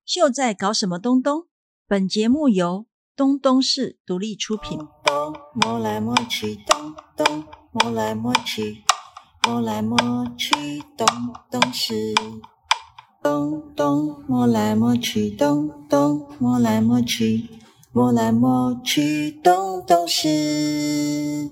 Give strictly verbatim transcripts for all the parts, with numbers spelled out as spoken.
秀在搞什么东东？本节目由东东市独立出品。 东摸来摸去，东东摸来摸去，摸来摸去，东东市。东东摸来摸去，东东摸来摸去，摸来摸去，东东市。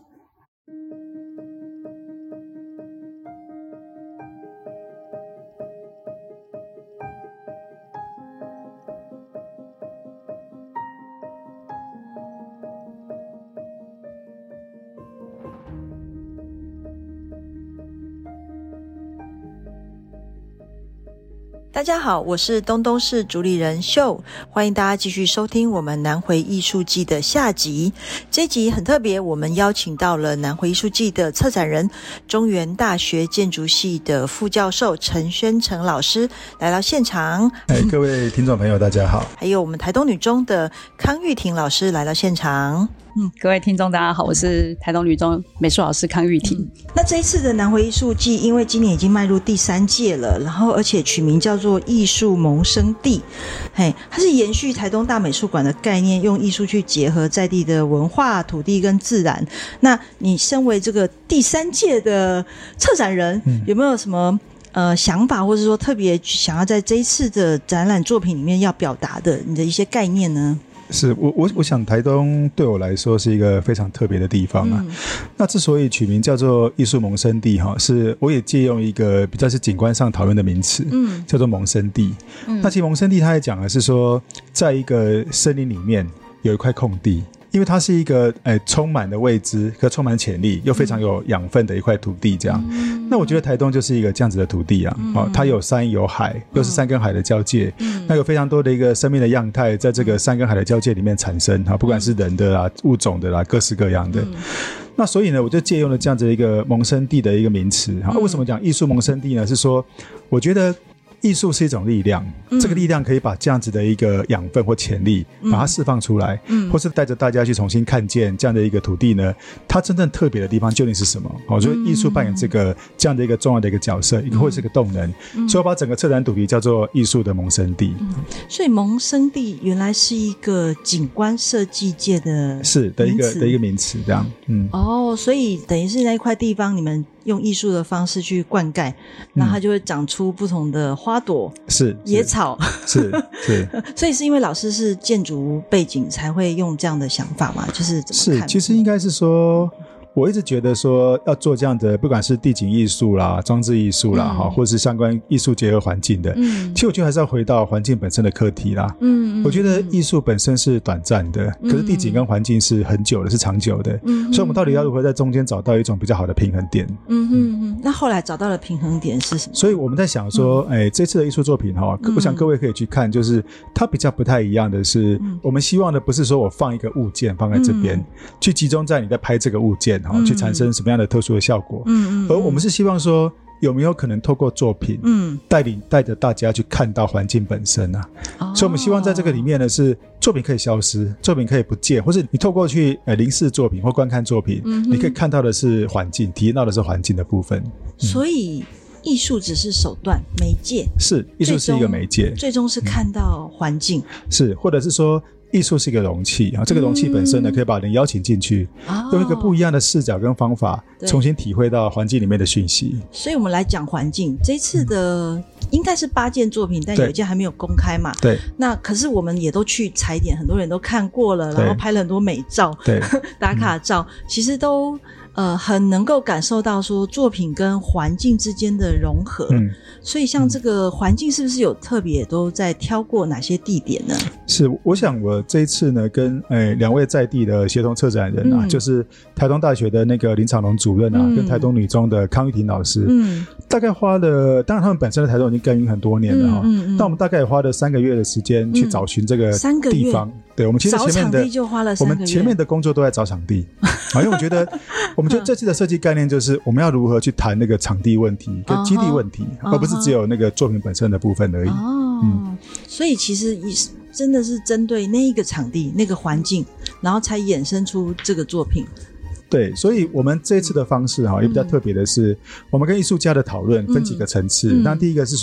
大家好，我是东东市主理人秀，欢迎大家继续收听我们南回艺术季的下集。这集很特别，我们邀请到了南回艺术季的策展人，中原大学建筑系的副教授陈宣成老师来到现场。 哎，各位听众朋友大家好。 还有我们台东女中的康玉婷老师来到现场。 嗯，各位听众大家好，我是台东女中美术老师康玉婷、嗯、 那这一次的南回艺术季因为今年已经迈入第三届了，然后而且取名叫做艺术萌生地，嘿，它是延续台东大美术馆的概念，用艺术去结合在地的文化、土地跟自然。那你身为这个第三届的策展人、嗯、有没有什么呃想法，或者说特别想要在这一次的展览作品里面要表达的你的一些概念呢？ 是我我我想台东对我来说是一个非常特别的地方啊、嗯。那之所以取名叫做艺术萌生地哈，是我也借用一个比较是景观上讨论的名词，嗯，叫做萌生地。嗯、那其实萌生地它也讲的是说，在一个森林里面有一块空地。因为它是一个、欸、充满了未知可充满潜力又非常有养分的一块土地这样、嗯、那我觉得台东就是一个这样子的土地啊、嗯哦、它有山有海，又是山跟海的交界、嗯、那有非常多的一个生命的样态在这个山跟海的交界里面产生、啊、不管是人的啦、物种的啦，各式各样的、嗯、那所以呢我就借用了这样子一个萌生地的一个名词、啊、为什么讲艺术萌生地呢？是说我觉得艺术是一种力量、嗯、这个力量可以把这样子的一个养分或潜力把它释放出来、嗯、或是带着大家去重新看见这样的一个土地呢，它真正特别的地方究竟是什么？我觉得艺术扮演这个、嗯、这样的一个重要的一个角色，一个或是一个动能、嗯、所以我把整个策展主题叫做艺术的萌生地、嗯、 所以萌生地原来是一个景观设计界的是的一个的一个名词这样。嗯， 哦，所以等于是那一块地方你们用艺术的方式去灌溉，那它就会长出不同的花朵、 是野草， 是是所以是因为老师是建筑背景才会用这样的想法嘛？就是怎么看？ 是，其实应该是说我一直觉得说要做这样的不管是地景艺术啦、装置艺术啦、嗯、或是相关艺术结合环境的、嗯、其实我觉得还是要回到环境本身的课题啦。嗯，我觉得艺术本身是短暂的、嗯、可是地景跟环境是很久的，是长久的、嗯、所以我们到底要如何在中间找到一种比较好的平衡点。嗯嗯嗯，那后来找到的平衡点是什么？ 所以我们在想说、嗯欸、这次的艺术作品、哦、我想各位可以去看，就是它比较不太一样的是、嗯、我们希望的不是说我放一个物件放在这边、嗯、去集中在你在拍这个物件、哦嗯、去产生什么样的特殊的效果。嗯嗯，而我们是希望说有没有可能透过作品嗯带领带着大家去看到环境本身啊、哦、所以我们希望在这个里面呢是作品可以消失，作品可以不见，或是你透过去呃凝视作品或观看作品、嗯、你可以看到的是环境，体验到的是环境的部分、嗯、 所以艺术只是手段媒介， 是艺术是一个媒介， 最终是看到环境、嗯、 是，或者是说艺术是一个容器啊，这个容器本身呢，可以把人邀请进去、嗯，用一个不一样的视角跟方法，重新体会到环境里面的讯息。 所以我们来讲环境，这次的应该是八件作品，但有一件还没有公开嘛。 对。那可是我们也都去踩点，很多人都看过了，然后拍了很多美照，对，打卡照，嗯、其实都。呃，很能够感受到说作品跟环境之间的融合、嗯、所以像这个环境是不是有特别都在挑过哪些地点呢？ 是，我想我这一次呢跟呃两位在地的协同策展人啊、嗯、就是台东大学的那个林长龙主任啊、嗯、跟台东女中的康玉婷老师，嗯，大概花了，当然他们本身在台东已经耕耘很多年了、哦、嗯嗯嗯，但我们大概也花了三个月的时间去找寻这个地方、嗯、对，我们其实前面的就花了三个月， 我们前面的工作都在找场地因为我觉得我们觉得这次的设计概念就是我们要如何去谈那个场地问题跟基地问题、uh-huh. 而不是只有那个作品本身的部分而已、 哦嗯、所以其实真的是针对那一个场地那个环境，然后才衍生出这个作品。 对，所以我们这次的方式也比较特别的是、嗯、我们跟艺术家的讨论分几个层次、嗯、那第一个是说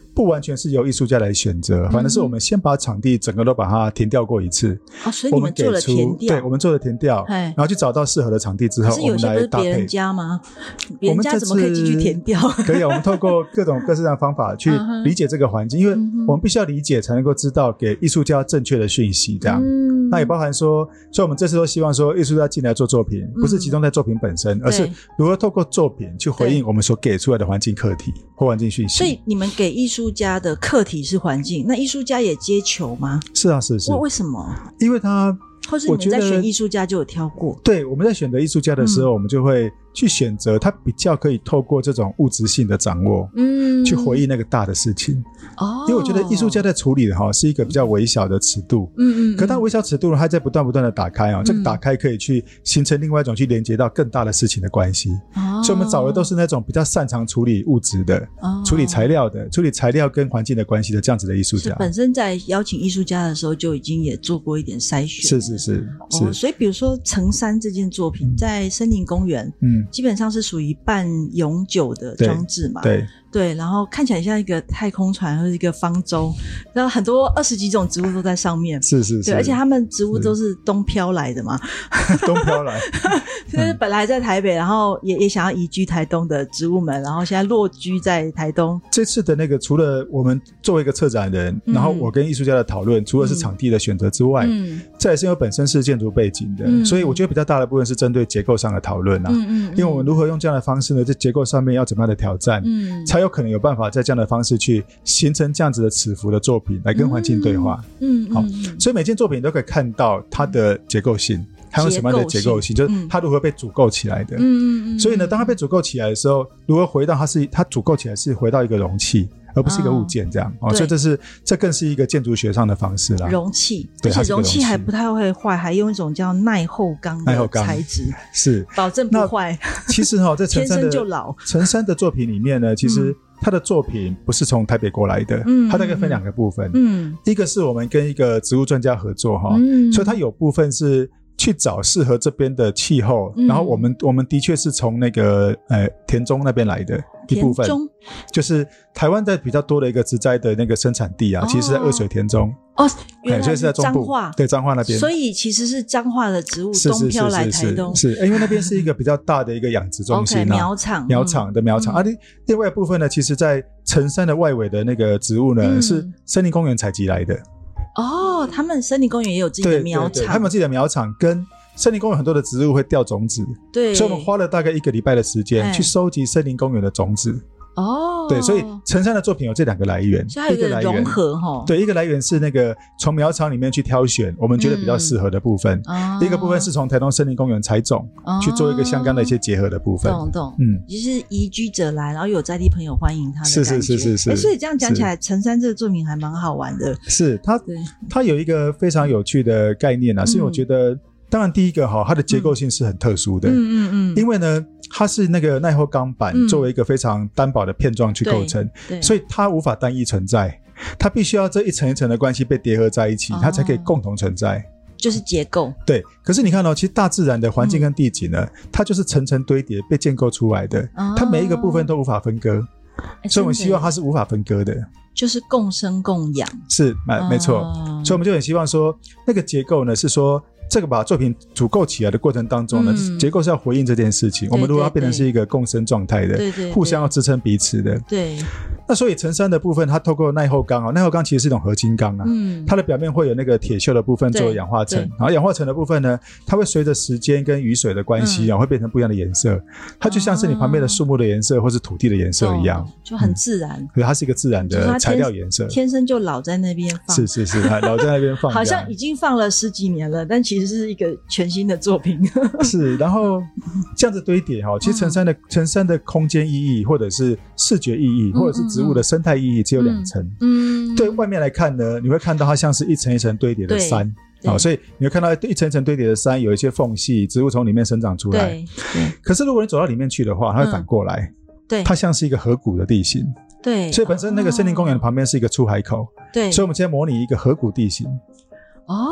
不完全是由艺术家来选择，反正是我们先把场地整个都把它填调过一次。 哦，所以你们做了填调？ 对，我们做了填调，然后去找到适合的场地之后， 可是有些不是别人家吗？别人家怎么可以进去填调？ 可以啊，我们透过各种各式的方法去理解这个环境，因为我们必须要理解才能够知道给艺术家正确的讯息，这样。嗯，那也包含说，所以我们这次都希望说，艺术家进来做作品，不是集中在作品本身，嗯、而是如何透过作品去回应我们所给出来的环境课题或环境讯息。 所以你们给艺术家的课题是环境，那艺术家也接球吗？ 是啊，是是。 为什么？ 因为他， 或是你们在选艺术家就有挑过？ 对，我们在选择艺术家的时候，嗯、我们就会去选择他比较可以透过这种物质性的掌握，嗯，去回应那个大的事情。哦，因为我觉得艺术家在处理的哈是一个比较微小的尺度，嗯嗯，可当微小尺度它在不断不断的打开啊、嗯，这个打开可以去形成另外一种去连接到更大的事情的关系。哦，所以我们找的都是那种比较擅长处理物质的、哦、处理材料的、处理材料跟环境的关系的这样子的艺术家。 本身在邀请艺术家的时候就已经也做过一点筛选。 是是是是、 哦，所以比如说成山这件作品在森林公园，嗯，基本上是属于半永久的装置嘛， 对。对对，然后看起来像一个太空船或者一个方舟，然后很多二十几种植物都在上面。 是是是， 对，而且他们植物都是东飘来的嘛， 东飘来， 就是本来在台北，然后也也想要移居台东的植物们，然后现在落居在台东。 这次的那个，除了我们作为一个策展人，嗯、然后我跟艺术家的讨论，除了是场地的选择之外，嗯，再来是因为本身是建筑背景的，嗯、所以我觉得比较大的部分是针对结构上的讨论啊，嗯嗯嗯，因为我们如何用这样的方式呢，在结构上面要怎么样的挑战，嗯，才有可能有办法在这样的方式去形成这样子的尺幅的作品来跟环境对话。嗯，嗯好，所以每件作品都可以看到它的结构性，还有什么样的结构性，就是它如何被组构起来的。嗯嗯嗯。所以呢，当它被组构起来的时候，如何回到它是它组构起来是回到一个容器，而不是一个物件这样。哦，所以这是这更是一个建筑学上的方式啦。 容器，对，而且容器还不太会坏，还用一种叫耐候钢的材质，是保证不坏。 其实哈、哦，在陈山的天生就老陈山的作品里面呢，其实、嗯。他的作品不是从台北过来的，嗯，他大概分两个部分，嗯，一个是我们跟一个植物专家合作哈，嗯，所以他有部分是去找适合这边的气候，嗯、然后我们我们的确是从那个呃田中那边来的一部分，就是台湾在比较多的一个植栽的那个生产地啊，哦、其实是在二水田中。哦， 原来是彰化， 对，彰化那边， 所以其实是彰化的植物东飘来台东， 是, 是, 是, 是, 是因为那边是一个比较大的一个养殖中心、啊 okay, 苗场苗场的苗场、嗯、啊。另外一部分呢，其实在陈山的外围的那个植物呢、嗯、是森林公园采集来的。 哦，他们森林公园也有自己的苗场， 对对对，他们有自己的苗场，跟森林公园很多的植物会掉种子，对，所以我们花了大概一个礼拜的时间去收集森林公园的种子。哦，对，所以陈山的作品有这两个来源， 所以它有一个融合齁。 对，一个来源是那个从苗场里面去挑选我们觉得比较适合的部分，嗯、一个部分是从台东森林公园采种、哦、去做一个相关的一些结合的部分。 懂懂，嗯，就是移居者来，然后有在地朋友欢迎他的感觉。是是是是是。所以这样讲起来，陈山这个作品还蛮好玩的。 是它，它有一个非常有趣的概念啊，是因为我觉得。嗯当然第一个齁，它的结构性是很特殊的，嗯嗯嗯，因为呢它是那个耐候钢板作为一个非常单薄的片状去构成、嗯、所以它无法单一存在，它必须要这一层一层的关系被叠合在一起、哦、它才可以共同存在， 就是结构。 对，可是你看哦，其实大自然的环境跟地景呢、嗯、它就是层层堆叠被建构出来的、哦、它每一个部分都无法分割、欸、所以我们希望它是无法分割的， 就是共生共养， 是没错、哦、所以我们就很希望说那个结构呢是说这个把作品组构起来的过程当中呢、嗯、结构是要回应这件事情，我们如果要变成是一个共生状态的，对对对，互相要支撑彼此的。对，那所以陈山的部分它透过耐候钢啊，耐候钢其实是一种合金钢啊、嗯、它的表面会有那个铁锈的部分作为氧化层，然后氧化层的部分呢它会随着时间跟雨水的关系啊、嗯、会变成不一样的颜色，它就像是你旁边的树木的颜色或是土地的颜色一样、哦、 就很自然、嗯、 可是它是一个自然的材料颜色， 天生就老在那边放， 是是是，老在那边放好像已经放了十几年了，但其实是一个全新的作品是，然后这样子堆叠齁，其实陈山的陈山的空间意义或者是视觉意义或者是植物的生态意义只有两层，嗯，对外面来看呢，你会看到它像是一层一层堆叠的山，好，所以你会看到一层一层堆叠的山有一些缝隙，植物从里面生长出来，对对，可是如果你走到里面去的话它会反过来、嗯、对，它像是一个河谷的地形，对，所以本身那个森林公园的旁边是一个出海口，对，所以我们现在模拟一个河谷地形。 哦、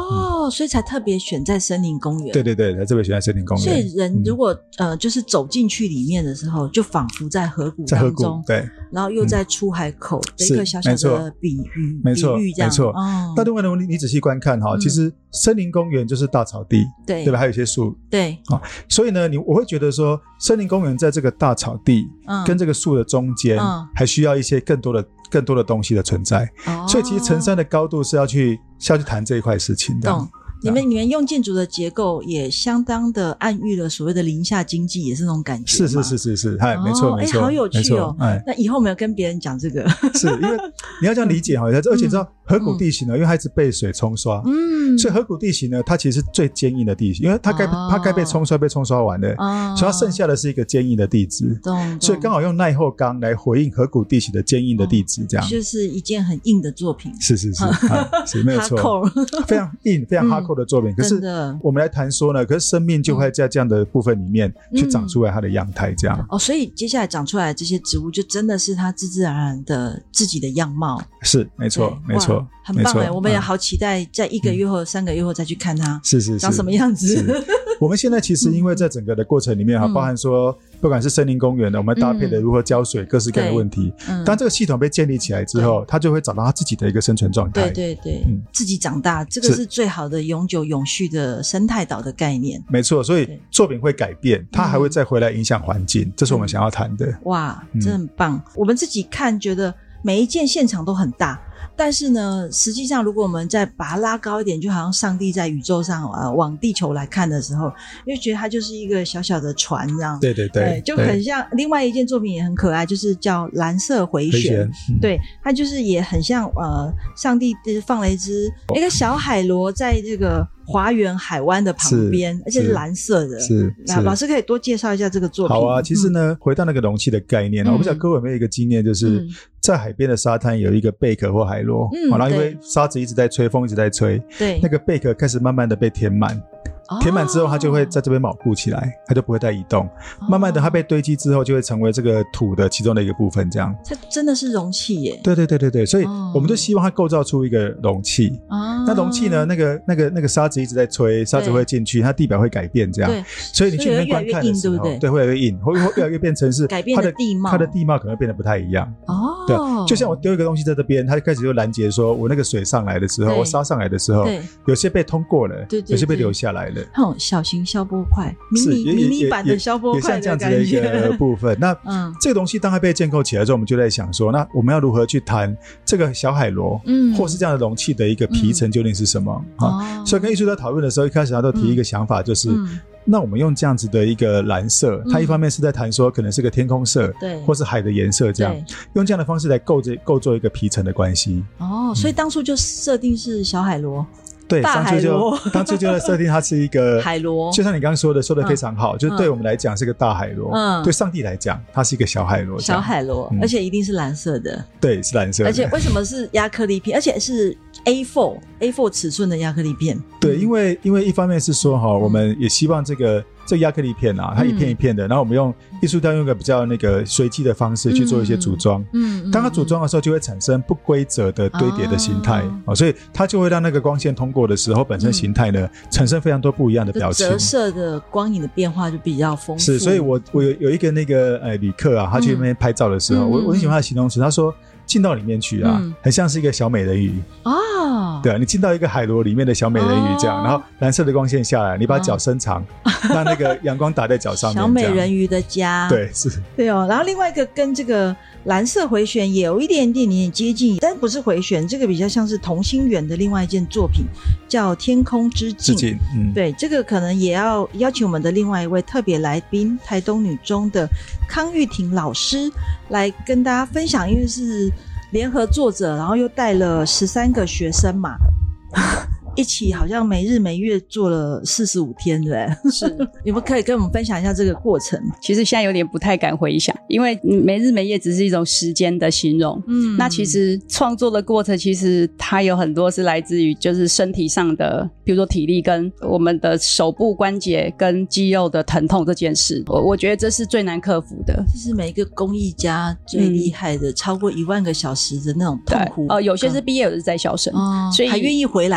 哦，所以才特别选在森林公园。 对对对，才特别选在森林公园。 所以人如果、嗯、呃就是走进去里面的时候，就仿佛在河谷当中， 对， 然后又在出海口的一个小小的比喻， 没错， 比喻这样没错。 哦， 那另外呢，你你仔细观看哈、嗯，其实森林公园就是大草地， 对对吧？还有一些树， 对。 哦，所以呢，你我会觉得说，森林公园在这个大草地、嗯、跟这个树的中间、嗯，还需要一些更多的。更多的东西的存在、哦、所以其实城山的高度是要去是要去谈这一块事情的。懂， 你们你们用建筑的结构也相当的暗喻了所谓的林下经济，也是那种感觉。 是是是是是，哎、哦，没错没错， 哎，好有趣哦。 哎， 那以后没有跟别人讲这个， 是因为你要这样理解哈，而且知道河谷地形呢、嗯，因为它一直被水冲刷，嗯，所以河谷地形呢，它其实是最坚硬的地形，因为它该、哦、它该被冲刷被冲刷完了、哦，所以它剩下的是一个坚硬的地质，所以刚好用耐候钢来回应河谷地形的坚硬的地质，这样、哦、 就是一件很硬的作品。 是是是，啊、是没有错，非常硬、非常哈扣的作品。嗯、可是我们来谈说呢，可是生命就会在这样的部分里面去长出来它的样态，这样、 嗯、哦，所以接下来长出来的这些植物，就真的是它自自然然的自己的样貌。 是，没错，没错。 很棒哎，我们也好期待在一个月后、嗯、三个月后再去看它， 是是是长什么样子。 我们现在其实因为在整个的过程里面哈、嗯，包含说不管是森林公园的，我们搭配的如何浇水、嗯、各式各样的问题、嗯，当这个系统被建立起来之后，它就会找到它自己的一个生存状态。 对对对、嗯，自己长大，这个是最好的永久永续的生态岛的概念。 没错，所以作品会改变，它还会再回来影响环境、嗯，这是我们想要谈的。 哇，这很棒、嗯！我们自己看觉得每一件现场都很大。但是呢，实际上如果我们再把它拉高一点，就好像上帝在宇宙上呃往地球来看的时候，因为觉得它就是一个小小的船这样。 对对 对, 对， 就很像另外一件作品也很可爱，就是叫蓝色回旋。回旋嗯、对，它就是也很像呃，上帝放了一只、哦、一个小海螺在这个华园海湾的旁边，而且是蓝色的。 是，是老师可以多介绍一下这个作品。 好啊，其实呢，嗯、回到那个容器的概念、嗯、我不知道各位有没有一个经验，就是、嗯、在海边的沙滩有一个贝壳或海螺，嗯，然后因为沙子一直在吹，风一直在吹，对，那个贝壳开始慢慢的被填满。填满之后它就会在这边锚固起来，它就不会再移动、哦、慢慢的它被堆积之后就会成为这个土的其中的一个部分，这样它真的是容器耶。 对对对对对，所以我们就希望它构造出一个容器、哦、那容器呢，那个那个那个沙子一直在吹，沙子会进去，它地表会改变这样，对，所以你去里面观看的时候，对，会越来越硬，会越来越变成是改变的地貌， 它的地貌可能变得不太一样哦。对，就像我丢一个东西在这边，它就开始就拦截说我那个水上来的时候，我沙上来的时候，有些被通过了，对对对，有些被留下来了。 哼，小型消波块，迷你迷你版的消波块的感觉， 也像这样子的一个部分。那、嗯、这个东西当它被建构起来之后，我们就在想说，那我们要如何去谈这个小海螺，嗯，或是这样的容器的一个皮层究竟是什么？嗯啊、所以跟艺术家讨论的时候，一开始他都提一个想法，就是。嗯嗯那我们用这样子的一个蓝色，它一方面是在谈说可能是个天空色，对，或是海的颜色这样，用这样的方式来构这构做一个皮层的关系。 哦，所以当初就设定是小海螺。 对， 大海螺， 当初就在设定它是一个海螺， 就像你刚刚说的，说的非常好，嗯、就是对我们来讲是个大海螺，嗯，对上帝来讲它是一个小海螺， 小海螺、嗯，而且一定是蓝色的， 对，是蓝色的， 而且为什么是亚克力片，而且是 A 四 A 四 尺寸的亚克力片？ 对，因为因为一方面是说哈，我们也希望这个。这个亚克力片啊，它一片一片的，嗯、然后我们用艺术家用一个比较那个随机的方式去做一些组装。嗯，嗯当它组装的时候，就会产生不规则的堆叠的形态、哦哦，所以它就会让那个光线通过的时候，本身形态呢、嗯、产生非常多不一样的表情， 折射的光影的变化就比较丰富。 是，所以我我有有一个那个呃旅客啊，他去那边拍照的时候，嗯、我我很喜欢他的形容词，他说。进到里面去啊、嗯，很像是一个小美人鱼哦。对啊，你进到一个海螺里面的小美人鱼这样，哦、然后蓝色的光线下来，你把脚伸长，哦、让那个阳光打在脚上面。 小美人鱼的家， 对，是， 对哦。然后另外一个跟这个蓝色回旋也有一点点点接近，但不是回旋，这个比较像是同心圆的另外一件作品，叫《天空之镜》。之镜，嗯，对，这个可能也要邀请我们的另外一位特别来宾，台东女中的康玉婷老师来跟大家分享，因为是联合作者，然后又带了十三个学生嘛。一起好像没日没夜做了四十五天，对不对？是，你们可以跟我们分享一下这个过程。 其实现在有点不太敢回想，因为没日没夜只是一种时间的形容。嗯，那其实创作的过程，其实它有很多是来自于就是身体上的，比如说体力跟我们的手部关节跟肌肉的疼痛这件事。我我觉得这是最难克服的， 这是每一个工艺家最厉害的，嗯、超过一万个小时的那种痛苦。 哦、呃，有些是毕业，有的是在校生，哦、所以还愿意回来。 对。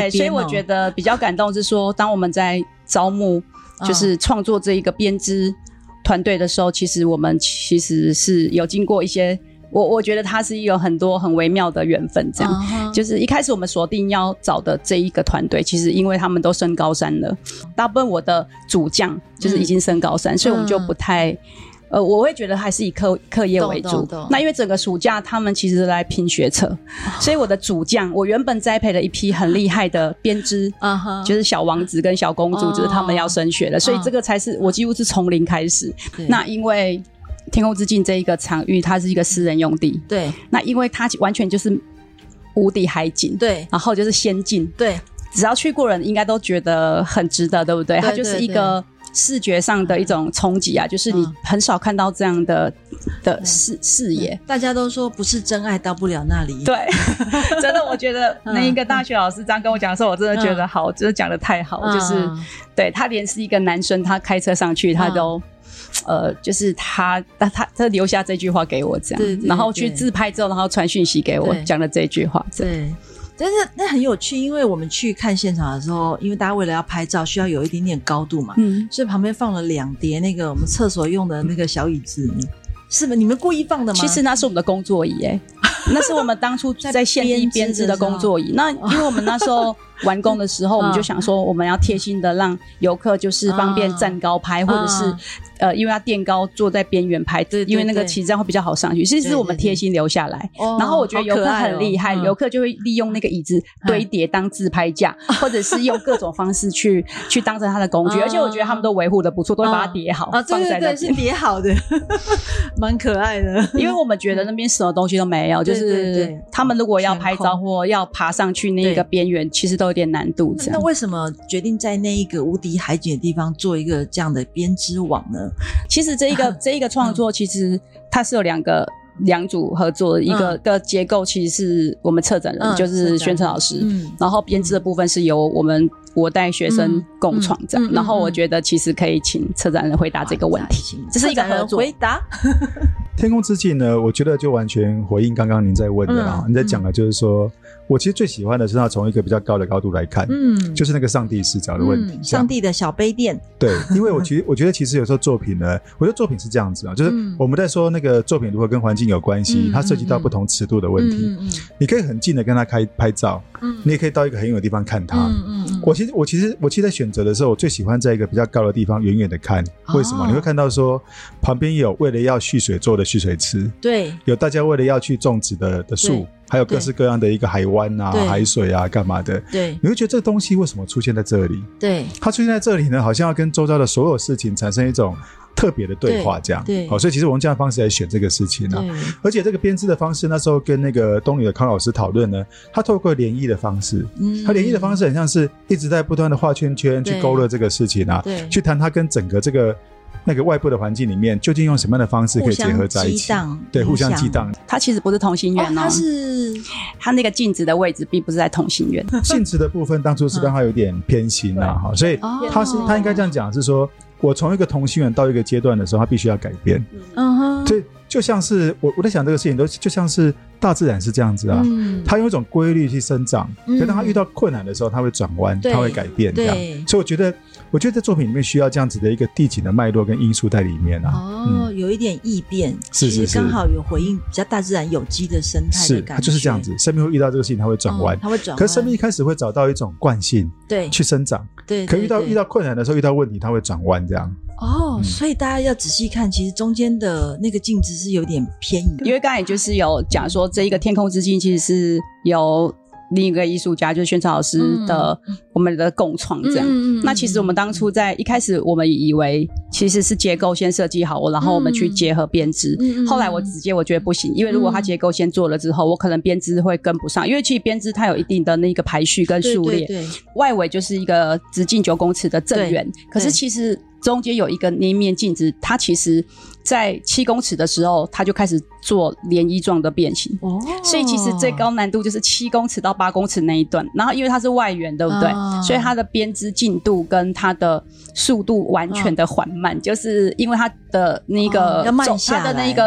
对，所以我觉得比较感动是说，当我们在招募就是创作这一个编织团队的时候，其实我们其实是有经过一些。我我觉得它是有很多很微妙的缘分，这样、uh-huh. 就是一开始我们锁定要找的这一个团队，其实因为他们都升高三了，大部分我的主将就是已经升高三、嗯，所以我们就不太，呃，我会觉得还是以课课业为主。那因为整个暑假他们其实来拼学测， uh-huh. 所以我的主将，我原本栽培了一批很厉害的编织， uh-huh. 就是小王子跟小公主， uh-huh. 就是他们要升学了，所以这个才是我几乎是从零开始。Uh-huh. 那因为天空之境这一个场域，它是一个私人用地， 对。 那因为它完全就是无敌海景， 对， 然后就是仙境， 对。 只要去过人，应该都觉得很值得，对不对？对对对，它就是一个视觉上的一种冲击啊，就是你很少看到这样的、嗯、的视视野。 大家都说不是真爱到不了那里， 对，真的，我觉得那一个大学老师这样跟我讲的时候，我真的觉得好，真的讲得太好，嗯、就是对他连是一个男生，他开车上去，他都。嗯呃，就是他，他他他留下这句话给我，这样， 对对对， 然后去自拍之后，然后传讯息给我，讲了这句话， 对。但是那很有趣，因为我们去看现场的时候，因为大家为了要拍照，需要有一点点高度嘛，嗯，所以旁边放了两叠那个我们厕所用的那个小椅子，是吗？你们故意放的吗？ 其实那是我们的工作椅、欸，哎，那是我们当初在现地编织的工作椅。那因为我们那时候完工的时候，我们就想说，我们要贴心的让游客就是方便站高拍，或者是。呃，因为要垫高坐在边缘拍，对对对，因为那个其实这样会比较好上去。其实是我们贴心留下来，对对对，然后我觉得游客很厉害，游、哦、客就会利用那个椅子堆叠当自拍架，嗯、或者是用各种方式去去当成他的工具、嗯。而且我觉得他们都维护的不错，都会把它叠好， 啊、放在那边。对对对，是叠好的，蛮可爱的。 因为我们觉得那边什么东西都没有，就是对对对， 他们如果要拍照或要爬上去那个边缘，其实都有点难度这样。 那为什么决定在那一个无敌海景的地方做一个这样的编织网呢？ 其实这一个这一个创作，其实它是有两个两组合作的，一个的结构其实是我们策展人，嗯、就是宣成老师，嗯，然后编织的部分是由我们我带学生共创这样、嗯嗯嗯。然后我觉得其实可以请策展人回答这个问题，这是一个合作回答。 天空之境呢，我觉得就完全回应刚刚您在问的啦，嗯、你在讲的就是说。我其实最喜欢的是他从一个比较高的高度来看，嗯，就是那个上帝视角的问题， 嗯、上帝的小杯垫。 对，因为我其实我觉得其实有时候作品呢，我觉得作品是这样子啊，就是我们在说那个作品如何跟环境有关系，嗯、它涉及到不同尺度的问题。嗯嗯嗯、你可以很近的跟他开拍照，嗯，你也可以到一个很远的地方看他。嗯嗯嗯、我其实我其实我其实在选择的时候，我最喜欢在一个比较高的地方远远的看。为什么？哦、你会看到说旁边有为了要蓄水做的蓄水池， 对， 有大家为了要去种植的的树。还有各式各样的一个海湾啊、海水啊干嘛的， 对， 你会觉得这个东西为什么出现在这里？ 对， 它出现在这里呢，好像要跟周遭的所有事情产生一种特别的对话，这样， 对， 好、哦，所以其实我用这样的方式来选这个事情啊，而且这个编织的方式，那时候跟那个东女的康老师讨论呢，他透过联谊的方式，嗯，他联谊的方式很像是一直在不断的画圈圈去勾勒这个事情啊，对，去谈它跟整个这个。那个外部的环境里面，究竟用什么样的方式可以结合在一起？对，互相激荡。 它其实不是同心圆哦， 它是它那个镜子的位置并不是在同心圆。 镜子的部分当初是让它有点偏心啊，哈、嗯，所以它是它应该这样讲，是说我从一个同心圆到一个阶段的时候，它必须要改变。嗯哼，所以就像是我我在想这个事情，都就像是大自然是这样子啊，嗯、它用一种规律去生长，嗯、可当它遇到困难的时候，它会转弯，它会改变，这样。所以我觉得。我觉得在作品里面需要这样子的一个地景的脉络跟因素在里面啊。 哦，嗯、有一点异变， 是是是， 刚好有回应比较大自然有机的生态的感觉。是，它就是这样子。生命会遇到这个事情，它会转弯， 它、哦、会转弯。 可是生命一开始会找到一种惯性，对，去生长。对，可遇到遇到困难的时候，遇到问题，它会转弯这样。 哦、嗯，所以大家要仔细看，其实中间的那个镜子是有点偏移。 因为刚才就是有讲说，这一个天空之镜其实是有。另一个艺术家就是宣成老师的、嗯、我们的共创这样、嗯、那其实我们当初在一开始我们以为其实是结构先设计好，然后我们去结合编织、嗯、后来我直接我觉得不行，因为如果他结构先做了之后、嗯、我可能编织会跟不上，因为其实编织它有一定的那个排序跟数列，对对对，外围就是一个直径九公尺的正圆，可是其实中间有一个那一面镜子，它其实在七公尺的时候它就开始做涟漪状的变形、哦、所以其实最高难度就是七公尺到八公尺那一段，然后因为它是外圆对不对、哦、所以它的编织进度跟它的速度完全的缓慢、哦、就是因为它的那个、 哦、要慢下来， 它的那个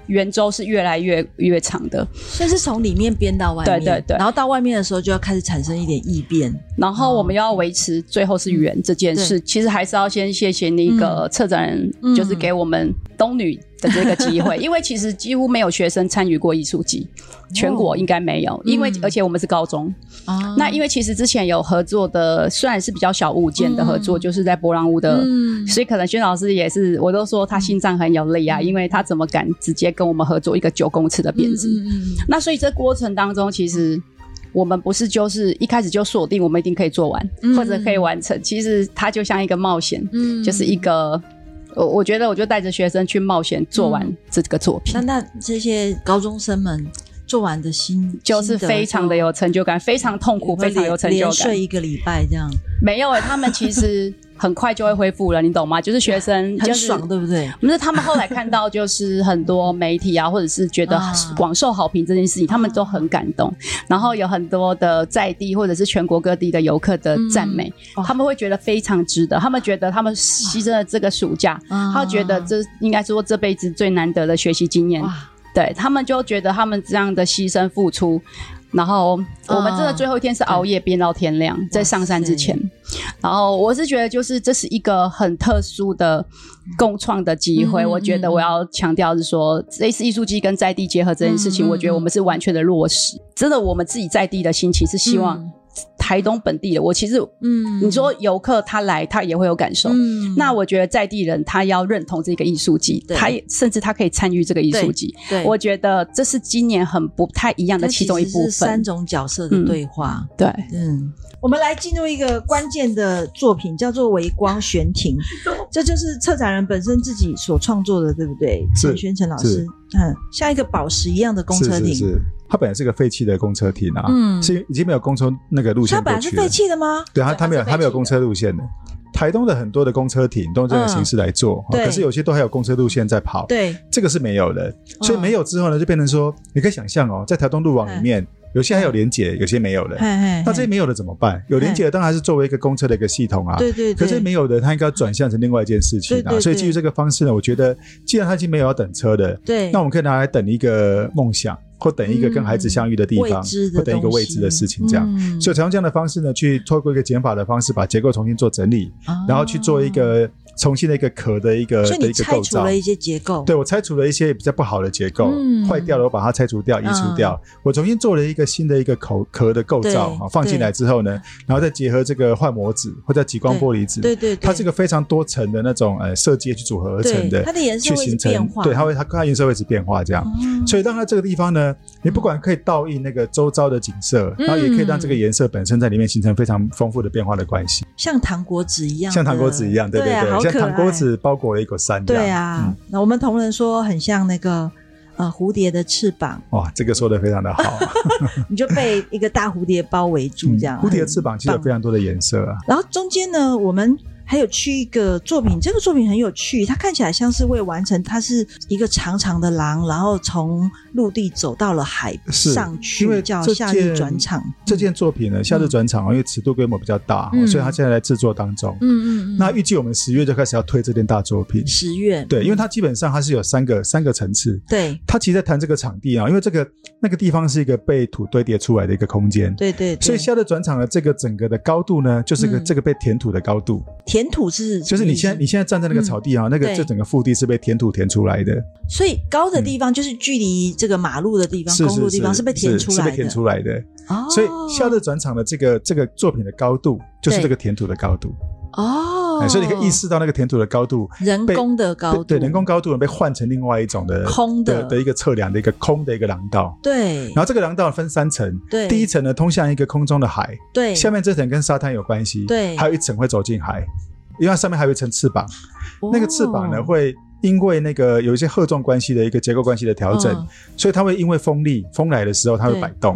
圆周是越来越越长的， 所以是从里面编到外面， 对对对， 然后到外面的时候就要开始产生一点异变， 然后我们要维持最后是圆这件事、嗯、其实还是要先谢谢那个策展人、嗯、就是给我们东女的这个机会、嗯、因为其实几乎没有学生参与过艺术季，全国应该没有、哦、因为、嗯、而且我们是高中、啊、那因为其实之前有合作的，虽然是比较小物件的合作、嗯、就是在波浪屋的、嗯、所以可能轩老师也是，我都说他心脏很有力啊、嗯、因为他怎么敢直接跟我们合作一个九公尺的匾子、嗯嗯嗯、那所以这过程当中其实我们不是就是一开始就锁定我们一定可以做完、嗯、或者可以完成，其实它就像一个冒险、嗯、就是一个我我觉得我就带着学生去冒险做完这个作品、 嗯、那那这些高中生们做完的心就是非常的有成就感，非常痛苦，非常有成就感， 连睡一个礼拜这样。 没有耶、欸、他们其实很快就会恢复了，你懂吗？就是学生、就是、 很爽对不对？ 不是，他们后来看到就是很多媒体啊或者是觉得广受好评这件事情、啊、他们都很感动，然后有很多的在地或者是全国各地的游客的赞美、嗯、他们会觉得非常值得，他们觉得他们牺牲了这个暑假、啊、他觉得这应该说这辈子最难得的学习经验，对，他们就觉得他们这样的牺牲付出，然后我们真的最后一天是熬夜编到天亮、嗯、在上山之前，然后我是觉得就是这是一个很特殊的共创的机会、嗯、我觉得我要强调是说这次艺术季跟在地结合这件事情、嗯、我觉得我们是完全的落实，真的我们自己在地的心情是希望、嗯台东本地的，我其实嗯，你说游客他来他也会有感受、嗯、那我觉得在地人他要认同这个艺术季，他也甚至他可以参与这个艺术季，对，我觉得这是今年很不太一样的其中一部分， 是三种角色的对话、 嗯、对， 嗯，我们来进入一个关键的作品叫做微光悬停，这就是策展人本身自己所创作的对不对？陈宣诚老师，嗯，像一个宝石一样的公车亭， 是是是，它本来是个废弃的公车亭啊，嗯，是已经没有公车那个路线过去了。它本来是废弃的吗？ 对，它它没有它没有公车路线的。台东的很多的公车亭都用这个形式来做、嗯哦、可是有些都还有公车路线在跑，对，这个是没有的，所以没有之后呢就变成说你可以想象哦，在台东路网里面有些还有连结、嗯、有些没有的，那这些没有的怎么办？有连结的当然是作为一个公车的一个系统啊，对对对，可是没有的它应该要转向成另外一件事情啊，对对对，所以基于这个方式呢，我觉得既然它已经没有要等车的，对，那我们可以拿来等一个梦想，或等一个跟孩子相遇的地方、嗯、或等一个未知的事情这样、嗯、所以采用这样的方式呢，去透过一个减法的方式把结构重新做整理、啊、然后去做一个重新的一个壳的一个所以你拆除了一些结构， 对，我拆除了一些比较不好的结构、嗯、坏掉了我把它拆除掉移除掉、嗯、我重新做了一个新的一个口壳的构造、啊、放进来之后呢，然后再结合这个幻膜纸或者极光玻璃纸，对对对，它这个非常多层的那种呃设计去组合而成的， 它的颜色会变化， 对，它会它它颜色会一直变化这样、嗯、所以让它这个地方呢，你不管可以倒映那个周遭的景色、嗯、然后也可以让这个颜色本身在里面形成非常丰富的变化的关系， 像糖果纸一样， 像糖果纸一样，对对 对, 对、啊、像糖果纸包裹了一个山这样， 对啊、嗯、那我们同仁说很像那个呃蝴蝶的翅膀， 哇，这个说得非常的好你就被一个大蝴蝶包围住这样、 嗯、蝴蝶的翅膀其实有非常多的颜色啊， 然后中间呢我们还有去一个作品，这个作品很有趣，它看起来像是未完成，它是一个长长的廊，然后从陆地走到了海上去，叫夏日转场。 这件作品呢，夏日转场、嗯、因为尺度规模比较大、嗯、所以它现在在制作当中。嗯嗯嗯。那预计我们十月就开始要推这件大作品。 十月。 对，因为它基本上它是有三个三个层次。对。它其实在谈这个场地啊，因为这个那个地方是一个被土堆叠出来的一个空间。对 对, 对。所以夏日转场的这个整个的高度呢，就是个、嗯、这个被填土的高度。 填土是就是你现在你现在站在那个草地啊、嗯、那个这整个腹地是被填土填出来的， 所以高的地方就是距离这个马路的地方、嗯、公路的地方是被填出来的，是被填出来的、哦、所以夏日转场的这个这个作品的高度就是这个填土的高度哦、嗯，所以你可以意识到那个填土的高度， 人工的高度， 对，人工高度被换成另外一种的空的的, 的一个测量的一个空的一个廊道，对，然后这个廊道分三层，对，第一层呢通向一个空中的海，对，下面这层跟沙滩有关系，对，还有一层会走进海，因为它上面还有一层翅膀、哦、那个翅膀呢会因为那个有一些荷重关系的一个结构关系的调整、嗯、所以它会因为风力风来的时候它会摆动，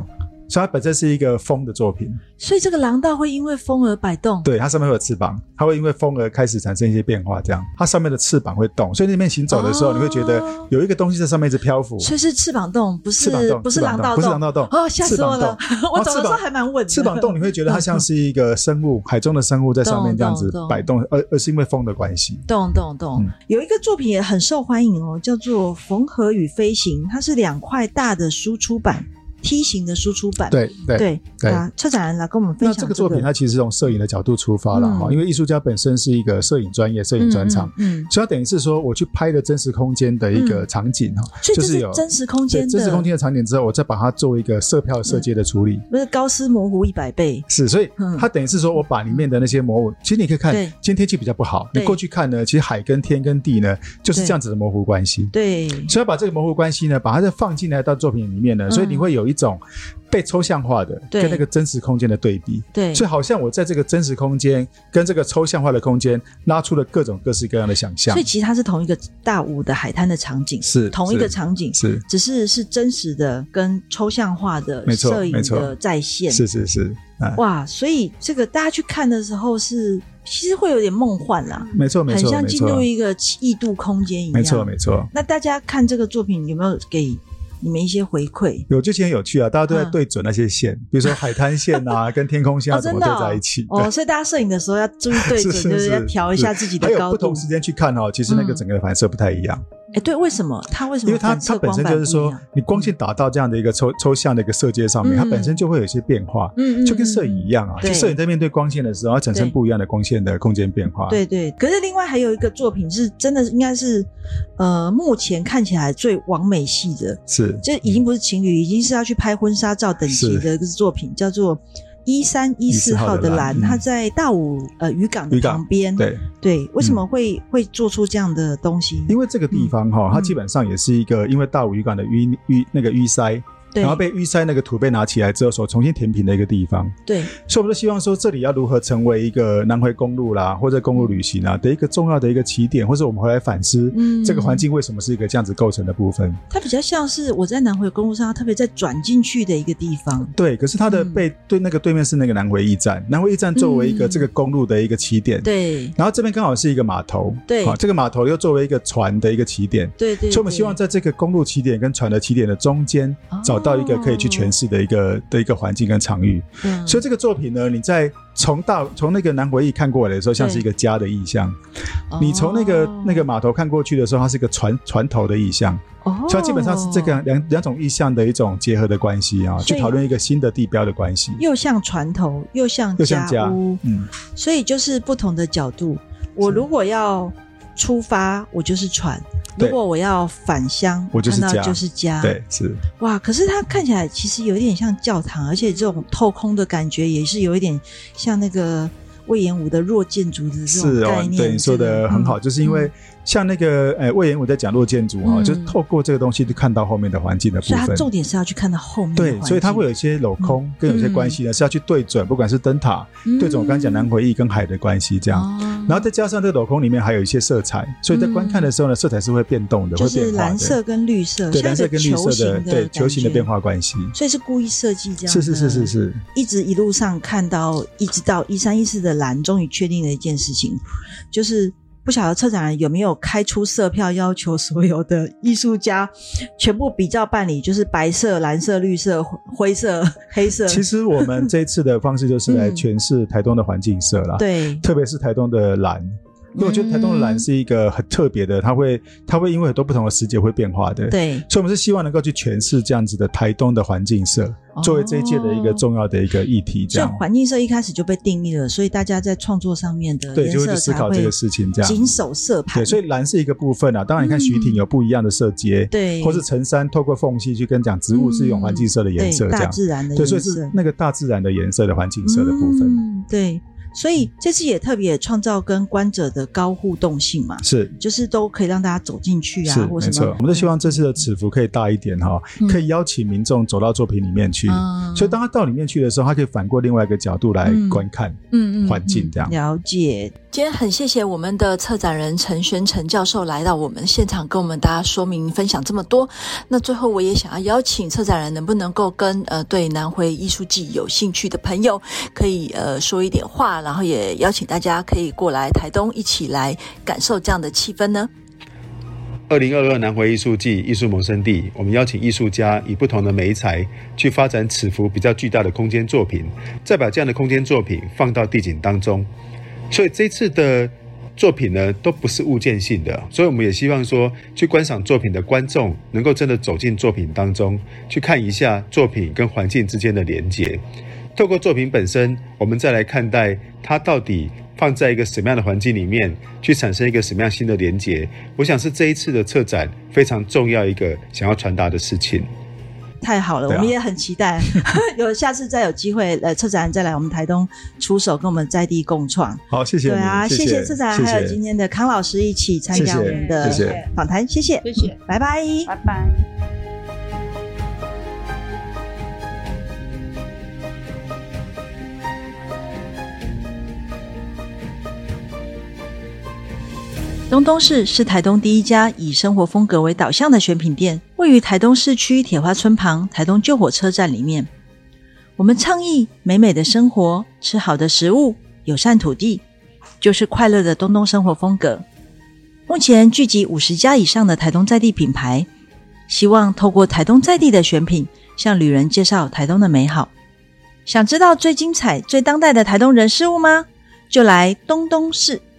所以它本身是一个风的作品。 所以这个廊道会因为风而摆动？ 对，它上面会有翅膀，它会因为风而开始产生一些变化，这样它上面的翅膀会动，所以那边行走的时候、哦、你会觉得有一个东西在上面一直漂浮。 所以是翅膀动，不是翅膀动， 不是廊道动， 不是廊道动。 哦，吓死我了！我走的时候还蛮稳的。 翅膀动，你会觉得它像是一个生物，海中的生物在上面这样子摆动，而而是因为风的关系。 动动动、嗯。有一个作品也很受欢迎哦，叫做《缝合与飞行》，它是两块大的输出版。梯形的输出版。 对对对, 对啊，策展人来跟我们分享、这个、 那这个作品它其实是从摄影的角度出发了、嗯、因为艺术家本身是一个摄影专业摄影专长、嗯嗯嗯、所以它等于是说我去拍的真实空间的一个场景、嗯、 所以这是有真实空间的、 就是、真实空间的场景之后我再把它做一个色票色阶的处理、 嗯、不是高斯模糊一百倍是，所以它等于是说我把里面的那些模糊、嗯、其实你可以看今天天气比较不好，你过去看呢其实海跟天跟地呢就是这样子的模糊关系， 对， 所以要把这个模糊关系呢把它再放进来到作品里面呢、嗯、所以你会有一种被抽象化的跟那个真实空间的对比， 对， 所以好像我在这个真实空间跟这个抽象化的空间拉出了各种各式各样的想象， 所以其实它是同一个大武的海滩的场景， 是同一个场景， 是只是是真实的跟抽象化的摄影的再现， 是是是、 啊、哇，所以这个大家去看的时候是其实会有点梦幻啦， 没错没错， 很像进入一个异度空间一样， 没错没错。 那大家看这个作品有没有给你们一些回馈？ 有，就其实很有趣啊，大家都在对准那些线、嗯、比如说海滩线啊跟天空线要怎么对在一起哦, 哦，所以大家摄影的时候要注意对准，是是是，就是要调一下自己的高度，还有不同时间去看哦，其实那个整个反射不太一样。 哎、欸，对，为什么它为什么？ 因为它它本身就是说，你光线打到这样的一个抽抽象的一个色阶上面、嗯，它本身就会有一些变化，嗯，就跟摄影一样啊。就摄影在面对光线的时候，它产生不一样的光线的空间变化。 对对。可是另外还有一个作品是真的应该是呃目前看起来最完美系的， 是， 就已经不是情侣，已经是要去拍婚纱照等级的一个作品，叫做一三一四号的蓝，它在大武呃渔港的旁边。对对，为什么会、嗯、会做出这样的东西？ 因为这个地方哈、嗯，它基本上也是一个因为大武渔港的淤淤那个淤塞。然后被淤塞那个土被拿起来之后所重新填平的一个地方， 对， 所以我们就希望说这里要如何成为一个南回公路啦或者公路旅行啊的一个重要的一个起点，或者我们回来反思这个环境为什么是一个这样子构成的部分、嗯、 它比较像是我在南回公路上特别再转进去的一个地方， 对，可是它的背、嗯、对那个对面是那个南回驿站，南回驿站作为一个这个公路的一个起点、嗯、对，然后这边刚好是一个码头，对、啊、这个码头又作为一个船的一个起点，对 对, 对，所以我们希望在这个公路起点跟船的起点的中间、哦、找到一个可以去诠释的一个的一个环境跟场域、嗯、所以这个作品呢你在从大从那个南回驿看过来的时候像是一个家的意象，你从那个那个码头看过去的时候它是一个船船头的意象，哦，所以基本上是这个两两种意象的一种结合的关系啊，去讨论一个新的地标的关系， 又像船头又像家屋，嗯，所以就是不同的角度，我如果要出发我就是船，如果我要返乡我就是家， 看到就是家， 对，是哇。 可是它看起来其实有一点像教堂，而且这种透空的感觉也是有一点像那个魏延武的弱建筑的这种概念。 是哦，对，你说的很好、嗯、就是因为像那个呃魏延武在讲弱建筑哈、嗯，就是透过这个东西就看到后面的环境的部分， 所以它重点是要去看到后面的环境， 对，所以它会有一些镂空、嗯、跟有些关系呢、嗯、是要去对准，不管是灯塔、嗯、对准我刚才讲南回驿跟海的关系这样、哦，然后再加上这个镂空里面还有一些色彩，所以在观看的时候呢、嗯、色彩是会变动的， 就是蓝色跟绿色， 对，蓝色跟绿色的对球形的变化关系， 所以是故意设计这样， 是是是是是， 一直一路上看到一直到一三一四的蓝，终于确定了一件事情，就是不晓得策展人有没有开出色票，要求所有的艺术家全部比照办理，就是白色、蓝色、绿色、灰色、黑色。 其实我们这一次的方式就是来诠释台东的环境色啦、嗯、对，特别是台东的蓝，因为我觉得台东的蓝是一个很特别的，它会它会因为很多不同的时节会变化的，对，所以我们是希望能够去诠释这样子的台东的环境色、哦、作为这一届的一个重要的一个议题这样， 所以环境色一开始就被定义了，所以大家在创作上面的颜色对就会去思考这个事情这样， 谨守色盘， 对，所以蓝是一个部分啊，当然你看徐挺有不一样的色阶、嗯、对，或是陈山透过缝隙去跟讲植物是一种环境色的颜色这样、嗯、对，大自然的颜色， 对，所以是那个大自然的颜色的环境色的部分、 嗯、对，所以这次也特别创造跟观者的高互动性嘛，是，就是都可以让大家走进去啊，是或什么，没错， 我们都希望这次的尺幅可以大一点哈、嗯，可以邀请民众走到作品里面去、嗯、所以当他到里面去的时候，他可以反过另外一个角度来观看环境这样、 嗯嗯嗯嗯、了解。 今天很谢谢我们的策展人陈玄成教授来到我们现场，跟我们大家说明分享这么多。那最后我也想要邀请策展人，能不能够跟呃对南回艺术季有兴趣的朋友，可以呃说一点话，然后也邀请大家可以过来台东一起来感受这样的气氛呢？ 二零二二南回艺术季艺术萌生地，我们邀请艺术家以不同的媒材去发展尺幅比较巨大的空间作品，再把这样的空间作品放到地景当中。所以这次的作品呢，都不是物件性的，所以我们也希望说，去观赏作品的观众能够真的走进作品当中，去看一下作品跟环境之间的连结。透过作品本身，我们再来看待它到底放在一个什么样的环境里面，去产生一个什么样新的连结。我想是这一次的策展非常重要一个想要传达的事情。 太好了， 啊、 我们也很期待有下次再有机会呃策展人再来我们台东出手，跟我们在地共创。 好，谢谢你。 对啊，谢谢策展人，还有今天的康老师一起参加我们的访谈，谢谢， 谢谢， 拜拜， 拜拜。 东东市是台东第一家以生活风格为导向的选品店，位于台东市区铁花村旁台东旧火车站里面。我们倡议美美的生活，吃好的食物，友善土地，就是快乐的东东生活风格。目前聚集五十家以上的台东在地品牌，希望透过台东在地的选品，向旅人介绍台东的美好。想知道最精彩、最当代的台东人事物吗？就来东东市。